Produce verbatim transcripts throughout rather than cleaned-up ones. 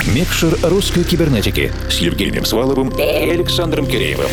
Микшер русской кибернетики с Евгением Сваловым и Александром Киреевым.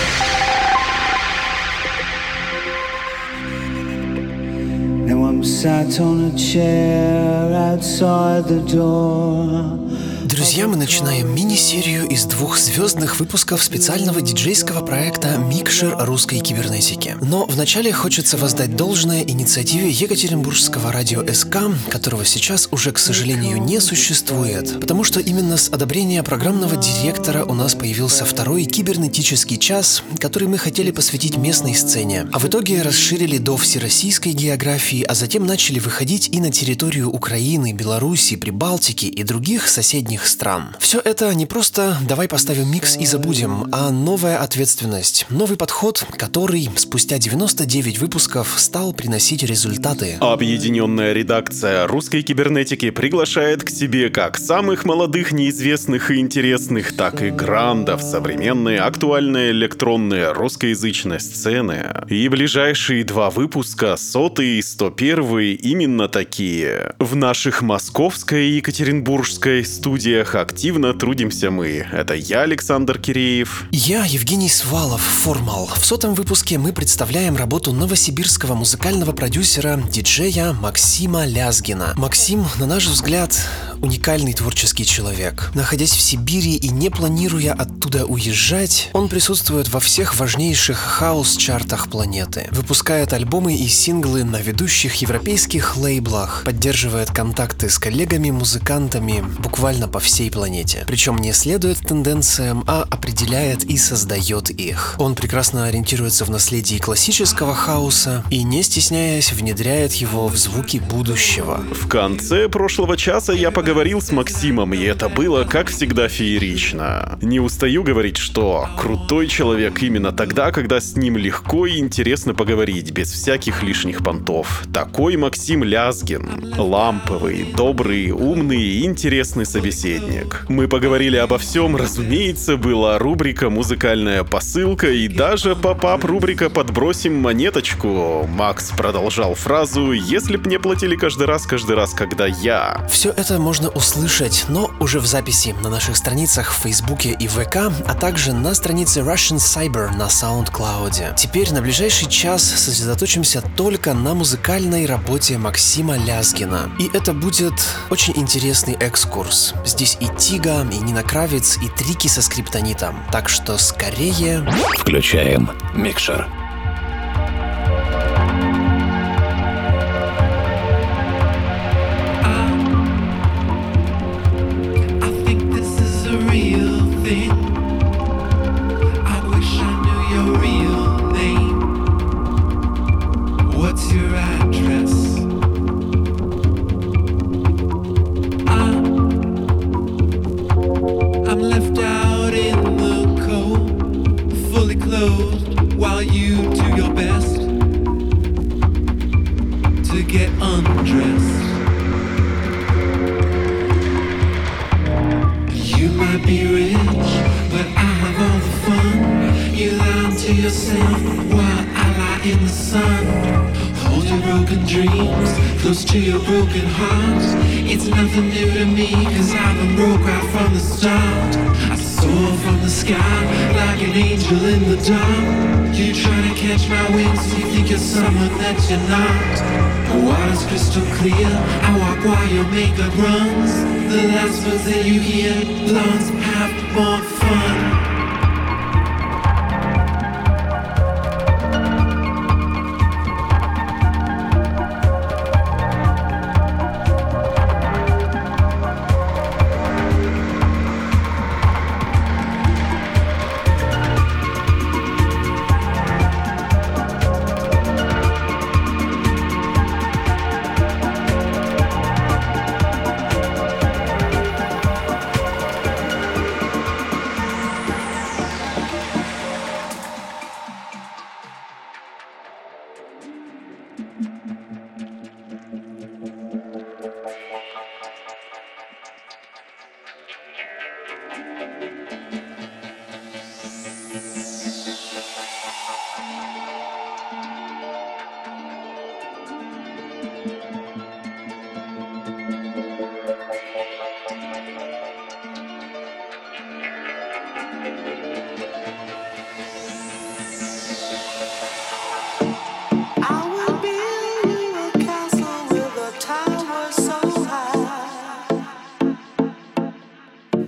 Now I'm sat on a chair outside the door. Друзья, мы начинаем мини-серию из двух звездных выпусков специального диджейского проекта «Микшер русской кибернетики». Но вначале хочется воздать должное инициативе Екатеринбургского радио СК, которого сейчас уже, к сожалению, не существует, потому что именно с одобрения программного директора у нас появился второй кибернетический час, который мы хотели посвятить местной сцене. А в итоге расширили до всероссийской географии, а затем начали выходить и на территорию Украины, Беларуси, Прибалтики и других соседних стран. Все это не просто «давай поставим микс и забудем», а новая ответственность, новый подход, который спустя девяносто девять выпусков стал приносить результаты. Объединенная редакция русской кибернетики приглашает к себе как самых молодых, неизвестных и интересных, так и грандов современной, актуальной электронной русскоязычной сцены. И ближайшие два выпуска, сотый и сто первый, именно такие. В наших московской и екатеринбургской студиях активно трудимся мы. Это я, Александр Киреев. Я, Евгений Свалов, Формал. В сотом выпуске мы представляем работу новосибирского музыкального продюсера, диджея Максима Лязгина. Максим, на наш взгляд, уникальный творческий человек. Находясь в Сибири и не планируя оттуда уезжать, он присутствует во всех важнейших хаус-чартах планеты. Выпускает альбомы и синглы на ведущих европейских лейблах, поддерживает контакты с коллегами-музыкантами буквально по всей планете. Причем не следует тенденциям, а определяет и создает их. Он прекрасно ориентируется в наследии классического хаоса и, не стесняясь, внедряет его в звуки будущего. В конце прошлого часа я поговорил с Максимом, и это было, как всегда, феерично. Не устаю говорить, что крутой человек именно тогда, когда с ним легко и интересно поговорить, без всяких лишних понтов. Такой Максим Лязгин. Ламповый, добрый, умный и интересный собеседник. Мы поговорили обо всем, разумеется, была рубрика «Музыкальная посылка» и даже поп-ап рубрика «Подбросим монеточку». Макс продолжал фразу «Если б мне платили каждый раз, каждый раз, когда я». Все это можно услышать, но уже в записи на наших страницах в Фейсбуке и ВК, а также на странице Russian Cyber на SoundCloud. Теперь на ближайший час сосредоточимся только на музыкальной работе Максима Лязгина. И это будет очень интересный экскурс. Здесь и Тига, и Нина Кравец, и трики со скриптонитом. Так что скорее... Включаем микшер. To your broken heart, it's nothing new to me, cause I've been broke right from the start. I soar from the sky like an angel in the dark. You try to catch my wings, you think you're someone that you're not. The water's crystal clear, I walk while your makeup runs. The last words that you hear, let's have more fun.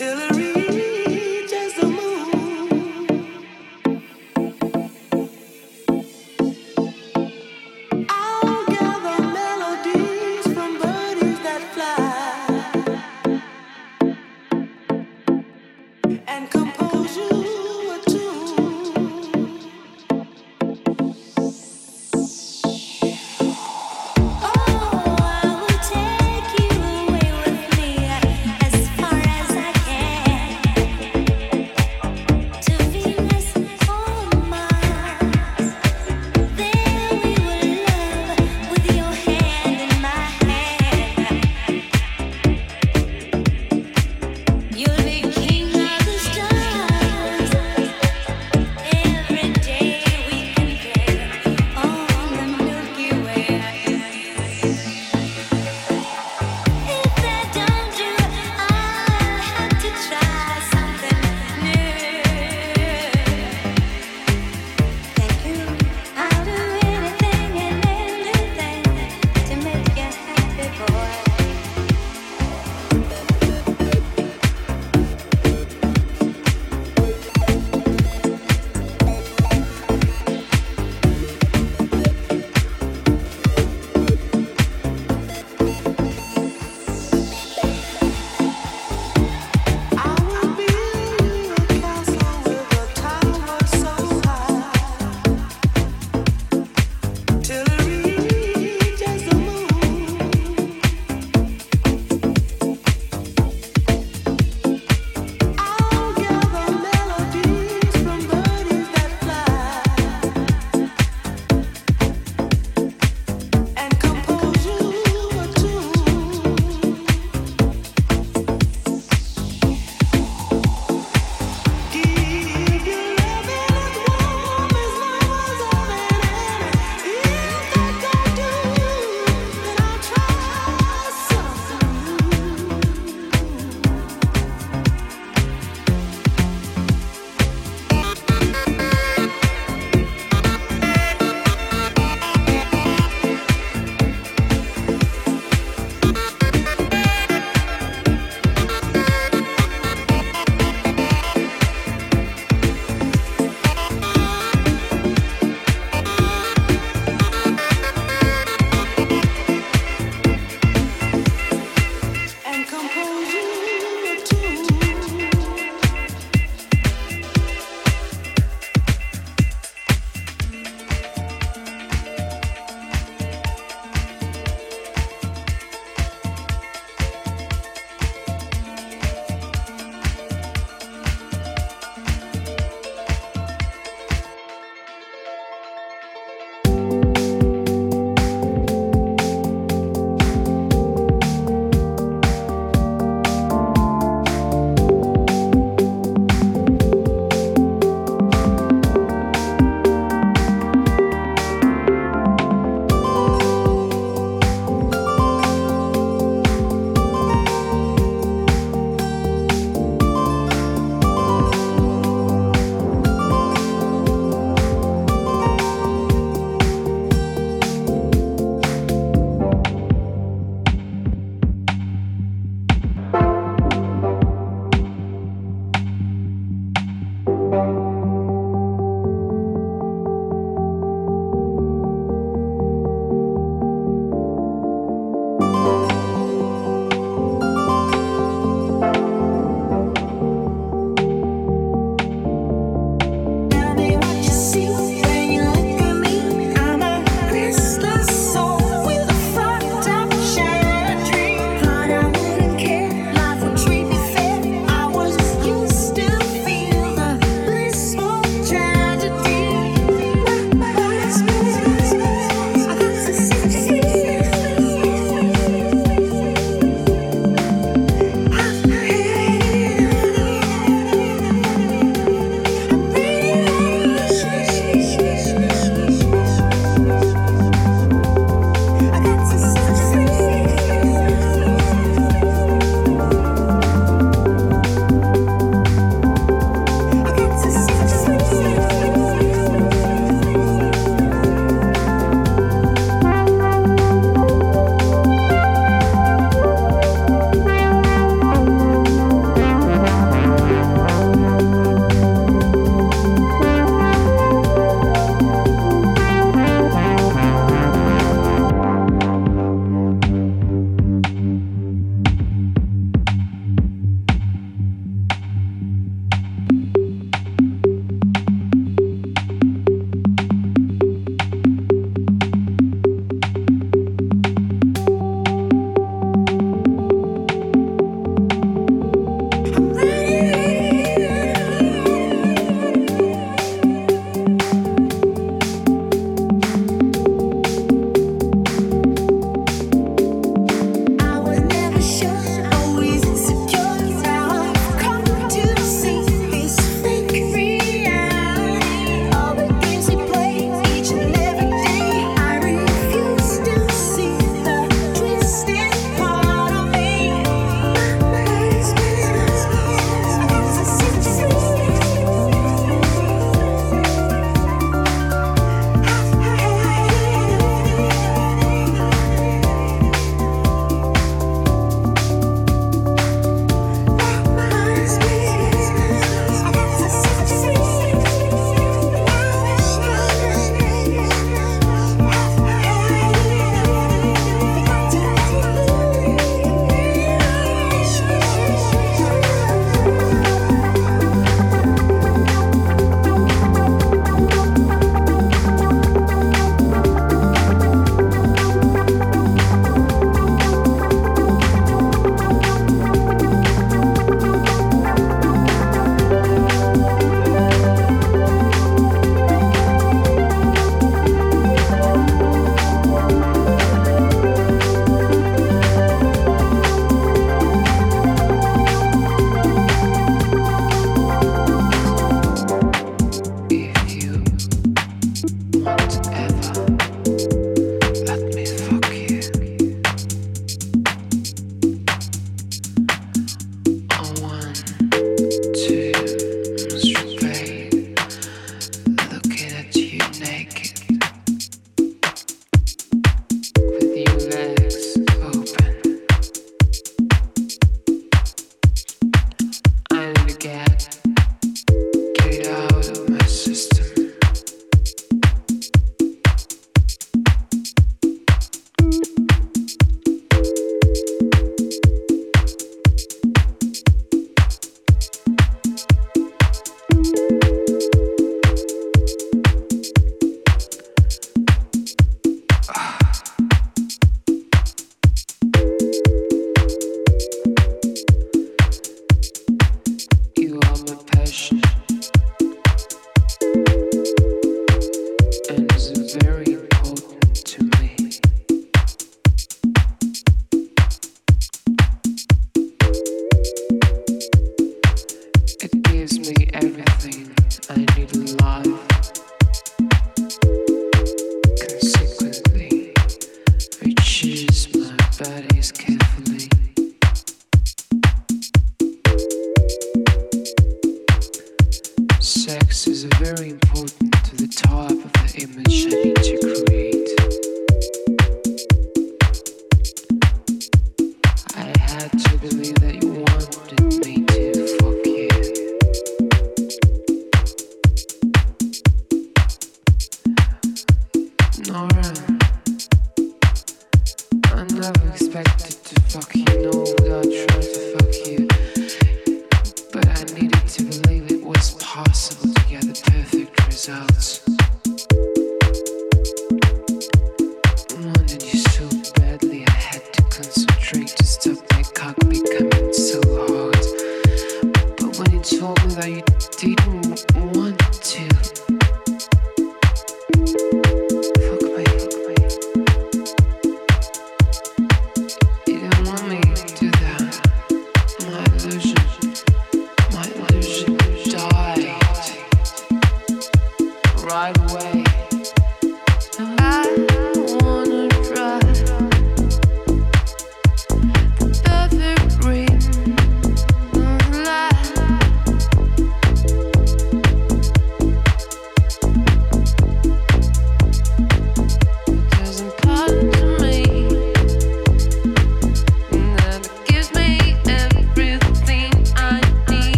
till it reaches the moon. I'll gather melodies from birdies that fly and compose you a tune. Oh, I will take you away with me as far as I can to Venus or Mars. There we will love with your hand in my hand. You'll be king of the stars.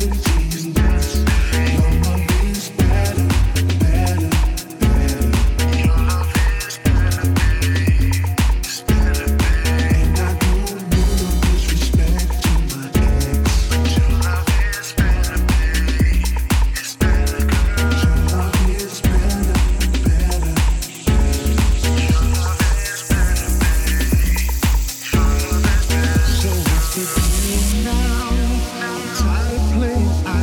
Now, tired of playing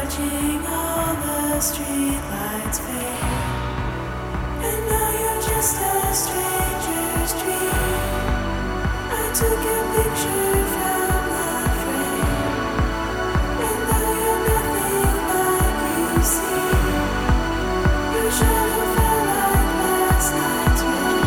watching all the streetlights fade. And now you're just a stranger's dream. I took your picture from the frame. And now you're nothing like you seem. Your shadow fell like last night's rain.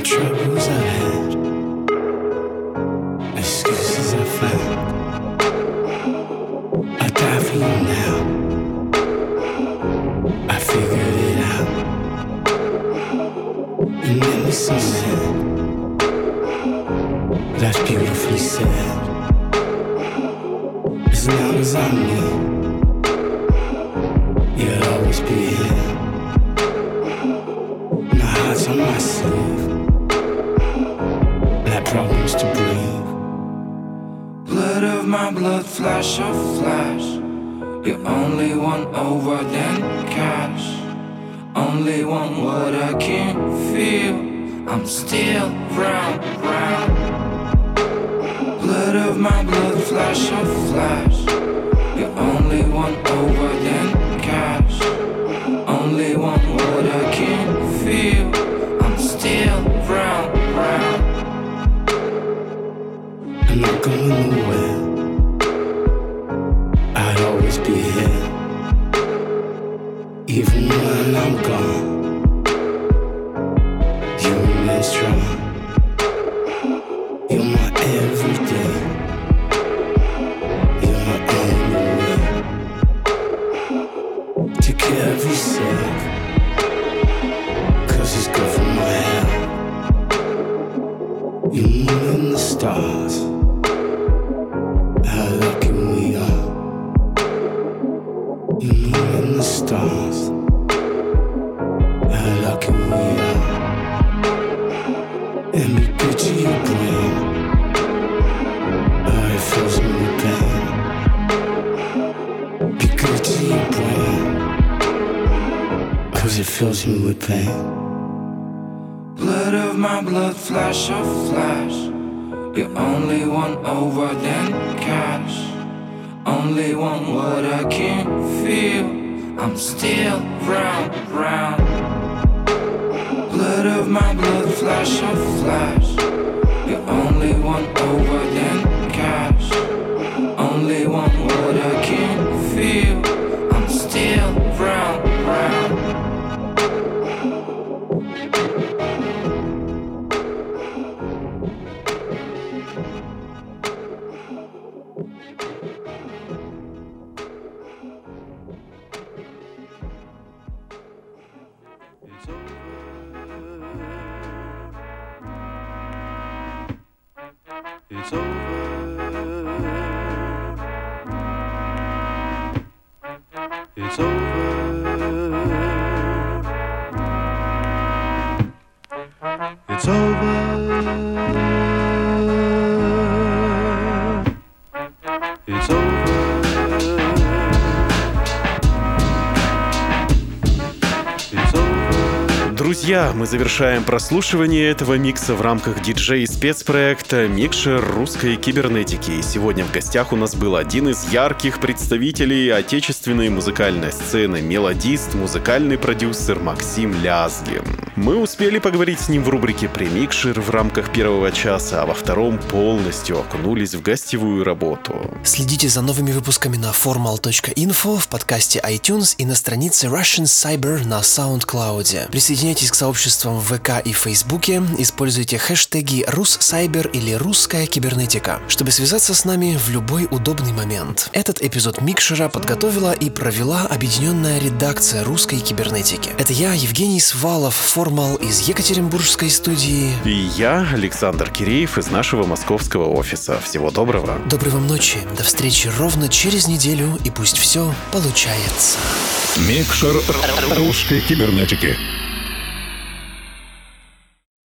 troubles I've had, excuses I found. I die for you now. I figured it out. You made me so mad. That's beautifully said. As long as I'm me, you'll always be here. My heart's on my sleeve, like problems to breathe. Blood of my blood, flash of flash. You only want over than cash. Only want what I can't feel. I'm still round, round. Blood of my blood, flash of flash. You only want over than cash. Only want what I can't feel. I'm still round, round. I'm not going nowhere. I'd always be here. Even when I'm gone, you remain strong. You're my everyday. You're my only way. Take care of yourself, cause it's good for my health. You moon in the stars, how lucky we are. You moon in the stars, how lucky we are. And be good to your brain. Oh, it fills me with pain. Be good to your brain, cause it fills me with pain. Blood of my blood, flash of flash. You only want over than cash. Only want what I can't feel. I'm still round, round. Blood of my blood, flash of flash. You only want over than cash. Only want what I can't feel. I'm still round, round. It's over. It's over. It's over. It's over. Друзья, мы завершаем прослушивание этого микса в рамках диджей-спецпроекта «Микшер русской кибернетики». И сегодня в гостях у нас был один из ярких представителей отечественной музыкальной сцены, мелодист, музыкальный продюсер Максим Лязгин. Мы успели поговорить с ним в рубрике «Премикшер» в рамках первого часа, а во втором полностью окунулись в гостевую работу. Следите за новыми выпусками на formal точка info, в подкасте iTunes и на странице Russian Cyber на SoundCloud. Присоединяйтесь к сообществам в ВК и Фейсбуке, используйте хэштеги «Руссайбер» или «Русская кибернетика», чтобы связаться с нами в любой удобный момент. Этот эпизод Микшера подготовила и провела объединенная редакция русской кибернетики. Это я, Евгений Свалов, формал из Екатеринбургской студии. И я, Александр Киреев, из нашего московского офиса. Всего доброго. Доброй вам ночи. До встречи ровно через неделю, и пусть все получается. Микшер русской кибернетики.